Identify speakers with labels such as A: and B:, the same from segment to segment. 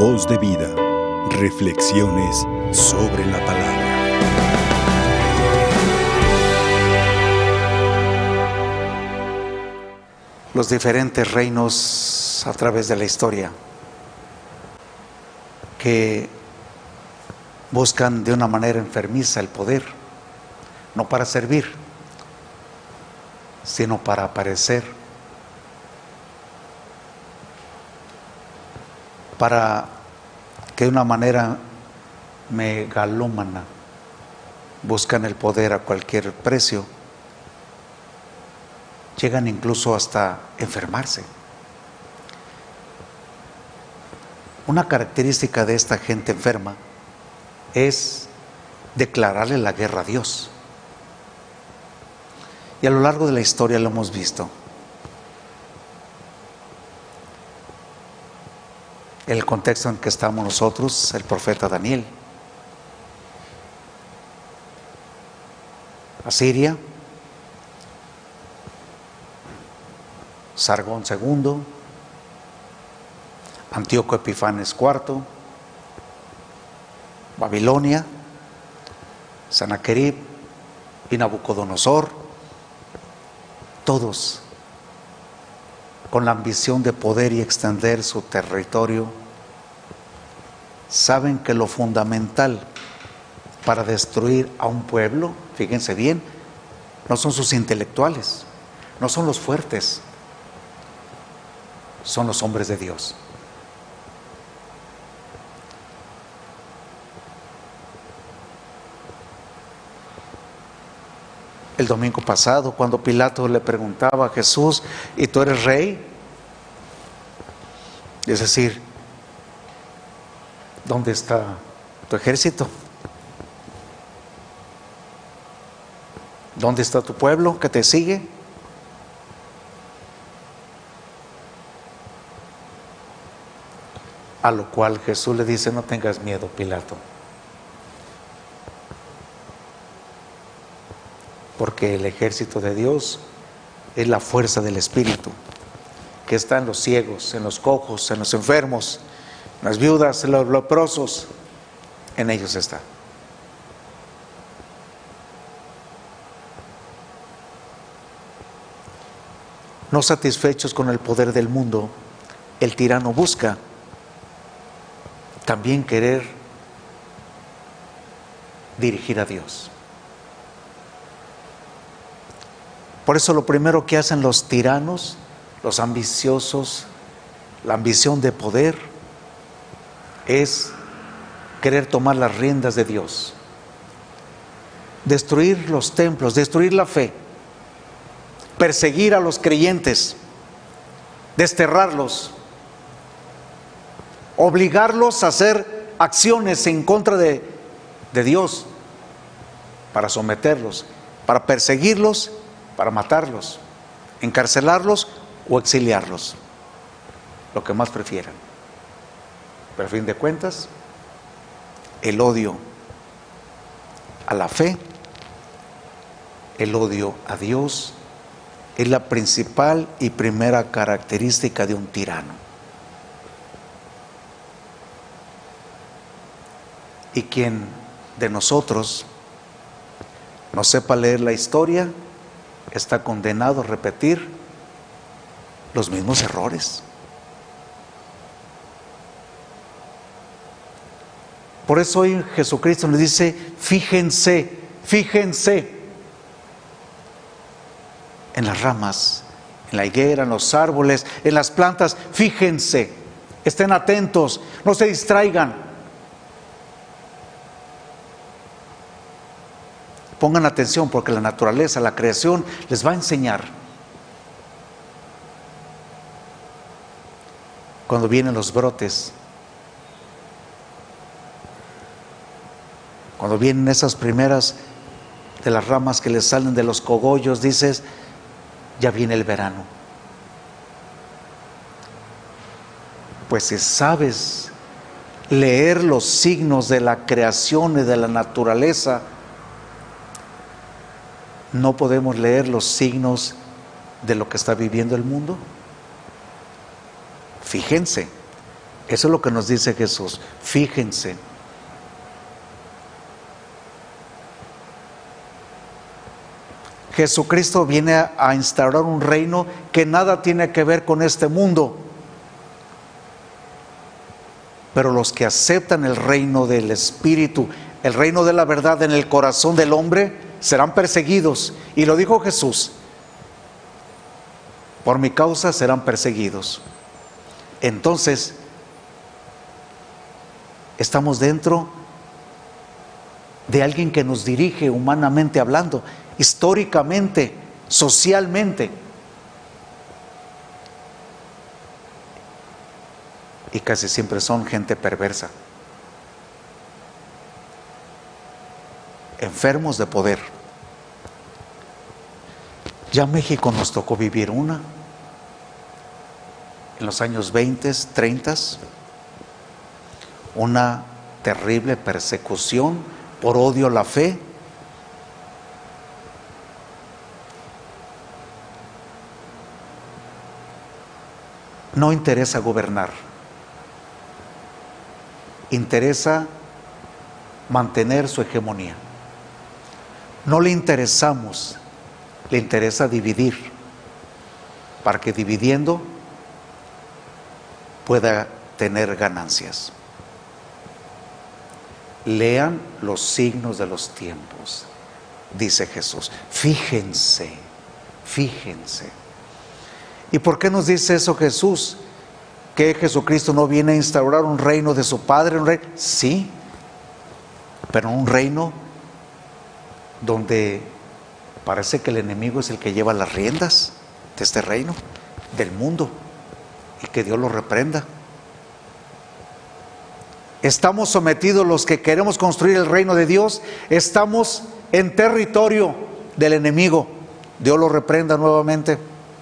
A: Voz de vida. Reflexiones sobre la palabra.
B: Los diferentes reinos a través de la historia que buscan de una manera enfermiza el poder, no para servir, sino para aparecer, para que de una manera megalómana buscan el poder a cualquier precio, llegan incluso hasta enfermarse. Una característica de esta gente enferma es declararle la guerra a Dios. Y a lo largo de la historia lo hemos visto. El contexto en que estamos nosotros, el profeta Daniel. Asiria, Sargón II, Antíoco Epifanes IV, Babilonia, Sennacherib y Nabucodonosor, todos con la ambición de poder y extender su territorio, saben que lo fundamental para destruir a un pueblo, fíjense bien, no son sus intelectuales, no son los fuertes, son los hombres de Dios. El domingo pasado, cuando Pilato le preguntaba a Jesús, ¿y tú eres rey? Es decir, ¿dónde está tu ejército? ¿Dónde está tu pueblo que te sigue? A lo cual Jesús le dice: no tengas miedo, Pilato, porque el ejército de Dios es la fuerza del Espíritu, que está en los ciegos, en los cojos, en los enfermos, en las viudas, en los leprosos, en ellos está. No satisfechos con el poder del mundo, el tirano busca también querer dirigir a Dios. Por eso lo primero que hacen los tiranos, los ambiciosos, la ambición de poder, es querer tomar las riendas de Dios, destruir los templos, destruir la fe, perseguir a los creyentes, desterrarlos, obligarlos a hacer acciones en contra de Dios, para someterlos, para perseguirlos, para matarlos, encarcelarlos o exiliarlos, lo que más prefieran. Pero a fin de cuentas, el odio a la fe, el odio a Dios, es la principal y primera característica de un tirano. Y quien de nosotros no sepa leer la historia, está condenado a repetir los mismos errores. Por eso hoy Jesucristo nos dice: fíjense, fíjense en las ramas, en la higuera, en los árboles, en las plantas, fíjense, estén atentos, no se distraigan. Pongan atención, porque la naturaleza, la creación les va a enseñar. Cuando vienen los brotes, cuando vienen esas primeras de las ramas que les salen de los cogollos, dices: ya viene el verano. Pues si sabes leer los signos de la creación y de la naturaleza, ¿no podemos leer los signos de lo que está viviendo el mundo? Fíjense, Eso es lo que nos dice Jesús. Fíjense. Jesucristo viene a instaurar un reino que nada tiene que ver con este mundo. Pero los que aceptan el reino del Espíritu, el reino de la verdad en el corazón del hombre, serán perseguidos. Y lo dijo Jesús: por mi causa serán perseguidos. Entonces, estamos dentro de alguien que nos dirige humanamente hablando, históricamente, socialmente. Y casi siempre son gente perversa, enfermos de poder. Ya México nos tocó vivir una, en los años 20, 30, una terrible persecución por odio a la fe. No interesa gobernar, interesa mantener su hegemonía. No le interesamos, le interesa dividir, para que dividiendo pueda tener ganancias. Lean los signos de los tiempos, dice Jesús. Fíjense, fíjense. ¿Y por qué nos dice eso Jesús? ¿Que Jesucristo no viene a instaurar un reino de su Padre? ¿Un reino? Sí, pero un reino donde parece que el enemigo es el que lleva las riendas de este reino, del mundo, y que Dios lo reprenda. Estamos sometidos, los que queremos construir el reino de Dios, estamos en territorio del enemigo. Dios lo reprenda nuevamente.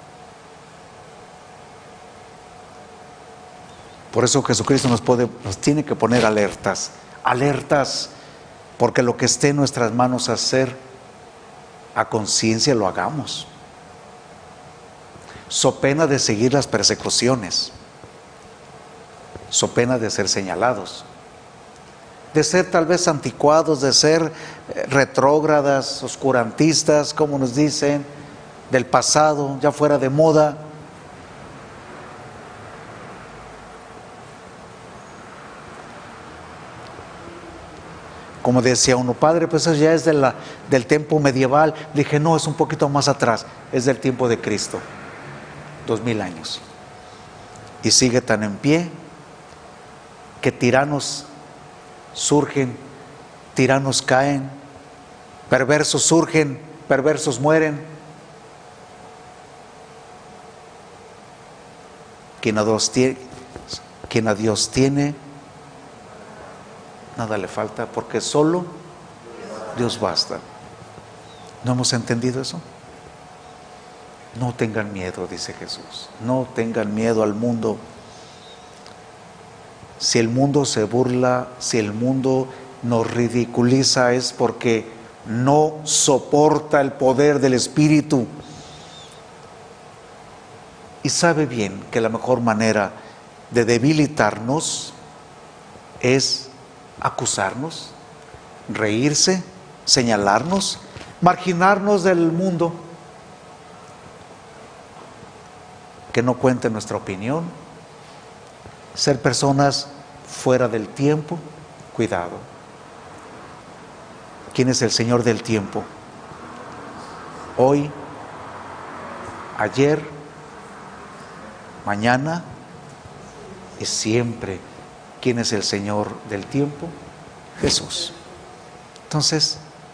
B: Por eso Jesucristo nos tiene que poner alertas, porque lo que esté en nuestras manos hacer, a conciencia lo hagamos, so pena de seguir las persecuciones, so pena de ser señalados, de ser tal vez anticuados, de ser retrógradas, oscurantistas, como nos dicen, del pasado, ya fuera de moda. Como decía uno, padre, pues eso ya es del tiempo medieval. Dije, no, es un poquito más atrás, es del tiempo de Cristo, 2000 años. Y sigue tan en pie que tiranos surgen, tiranos caen, perversos surgen, perversos mueren. Quien a Dios tiene, nada le falta, porque solo Dios basta. ¿No hemos entendido eso? No tengan miedo, dice Jesús. No tengan miedo al mundo. Si el mundo se burla, si el mundo nos ridiculiza, es porque no soporta el poder del Espíritu. Y sabe bien que la mejor manera de debilitarnos es acusarnos, reírse, señalarnos, marginarnos del mundo, que no cuente nuestra opinión, ser personas fuera del tiempo. Cuidado. ¿Quién es el Señor del tiempo? Hoy, ayer, mañana y siempre. ¿Quién es el Señor del tiempo? Jesús. Entonces,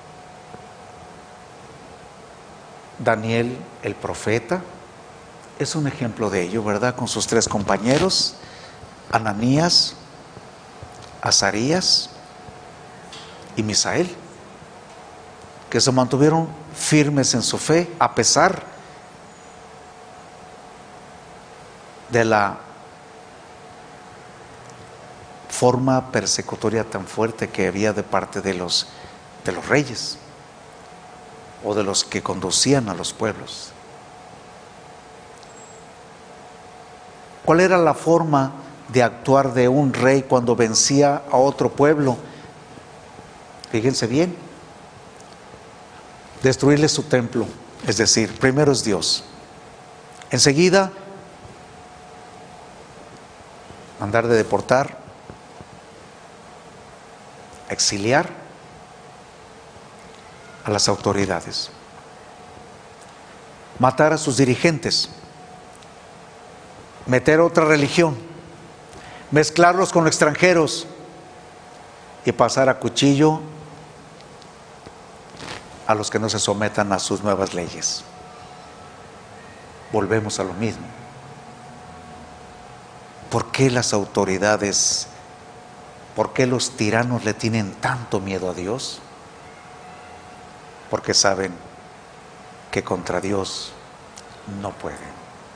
B: Daniel, el profeta, es un ejemplo de ello, ¿verdad? Con sus 3 compañeros, Ananías, Azarías y Misael, que se mantuvieron firmes en su fe a pesar de la forma persecutoria tan fuerte que había de parte de los reyes o de los que conducían a los pueblos. ¿Cuál era la forma de actuar de un rey cuando vencía a otro pueblo. Fíjense bien, destruirle su templo, es decir, primero es Dios, enseguida mandar de deportar, exiliar a las autoridades, matar a sus dirigentes, meter otra religión, mezclarlos con extranjeros y pasar a cuchillo a los que no se sometan a sus nuevas leyes. Volvemos a lo mismo. ¿Por qué las autoridades, por qué los tiranos le tienen tanto miedo a Dios? Porque saben que contra Dios no pueden.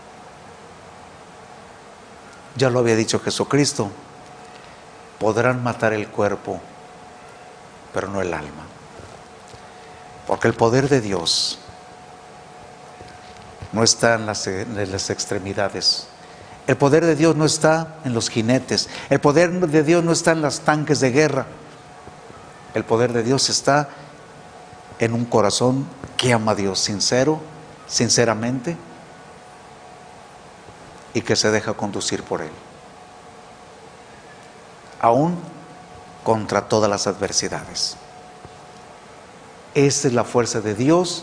B: Ya lo había dicho Jesucristo, podrán matar el cuerpo, pero no el alma. Porque el poder de Dios no está en las extremidades. El poder de Dios no está en los jinetes. El poder de Dios no está en los tanques de guerra. El poder de Dios está en un corazón que ama a Dios sincero, sinceramente, y que se deja conducir por Él, aún contra todas las adversidades. Esa es la fuerza de Dios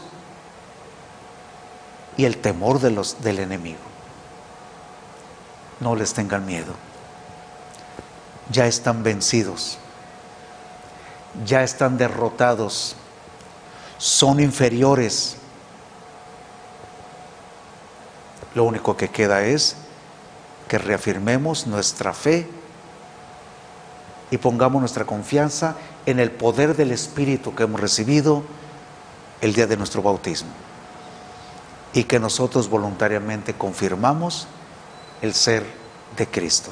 B: y el temor del enemigo. No les tengan miedo. Ya están vencidos, ya están derrotados, son inferiores. Lo único que queda es que reafirmemos nuestra fe y pongamos nuestra confianza en el poder del Espíritu que hemos recibido el día de nuestro bautismo, y que nosotros voluntariamente confirmamos el ser de Cristo.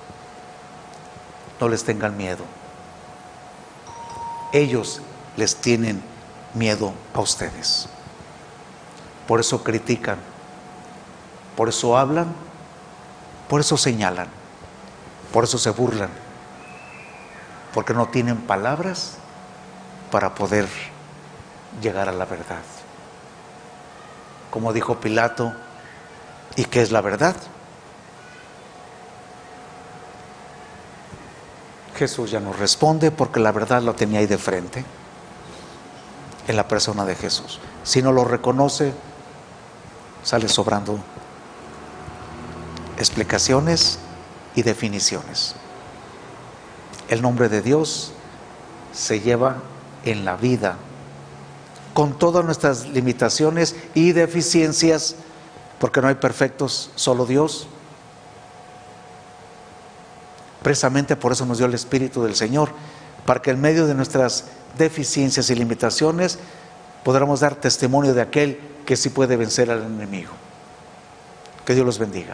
B: No les tengan miedo. Ellos les tienen miedo a ustedes. Por eso critican, por eso hablan, por eso señalan, por eso se burlan, porque no tienen palabras para poder llegar a la verdad. Como dijo Pilato, ¿y qué es la verdad? Jesús ya nos responde, porque la verdad lo tenía ahí de frente, en la persona de Jesús. Si no lo reconoce, sale sobrando explicaciones y definiciones. El nombre de Dios se lleva en la vida, con todas nuestras limitaciones y deficiencias, porque no hay perfectos, solo Dios. Precisamente por eso nos dio el Espíritu del Señor, para que en medio de nuestras deficiencias y limitaciones podamos dar testimonio de aquel que sí puede vencer al enemigo. Que Dios los bendiga.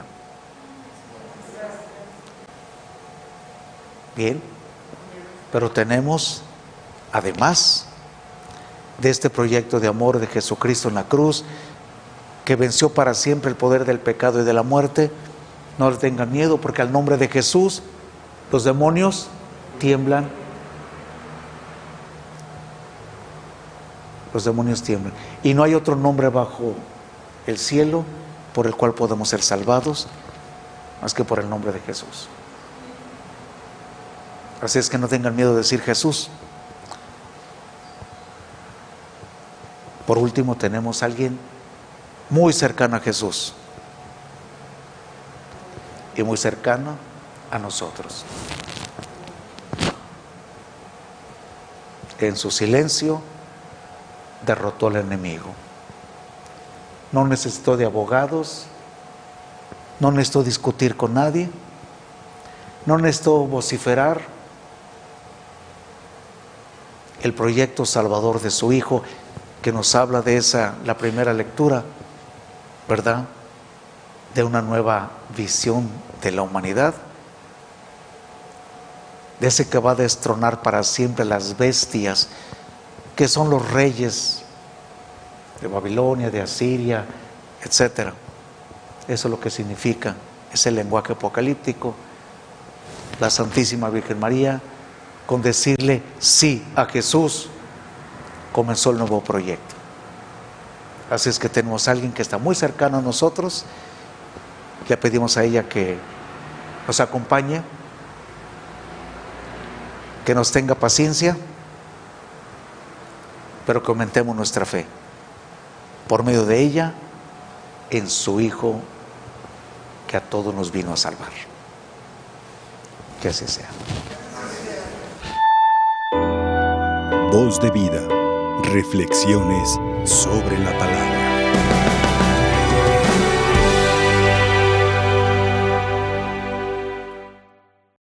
B: Bien, pero tenemos, además de este proyecto de amor de Jesucristo en la cruz, que venció para siempre el poder del pecado y de la muerte, no le tengan miedo, porque al nombre de Jesús los demonios tiemblan. Los demonios tiemblan. Y no hay otro nombre bajo el cielo por el cual podemos ser salvados más que por el nombre de Jesús. Así es que no tengan miedo de decir Jesús. Por último, tenemos a alguien muy cercano a Jesús y muy cercano a nosotros. En su silencio derrotó al enemigo. No necesitó de abogados, no necesitó discutir con nadie, no necesitó vociferar el proyecto salvador de su Hijo, que nos habla de esa, la primera lectura, ¿verdad? De una nueva visión de la humanidad, de ese que va a destronar para siempre las bestias, que son los reyes de Babilonia, de Asiria, etcétera. Eso es lo que significa ese lenguaje apocalíptico, la Santísima Virgen María, con decirle sí a Jesús, comenzó el nuevo proyecto. Así es que tenemos a alguien que está muy cercano a nosotros. Le pedimos a ella que nos acompañe, que nos tenga paciencia, pero que aumentemos nuestra fe por medio de ella en su Hijo, que a todos nos vino a salvar. Que así sea.
A: Voz de vida. Reflexiones sobre la palabra.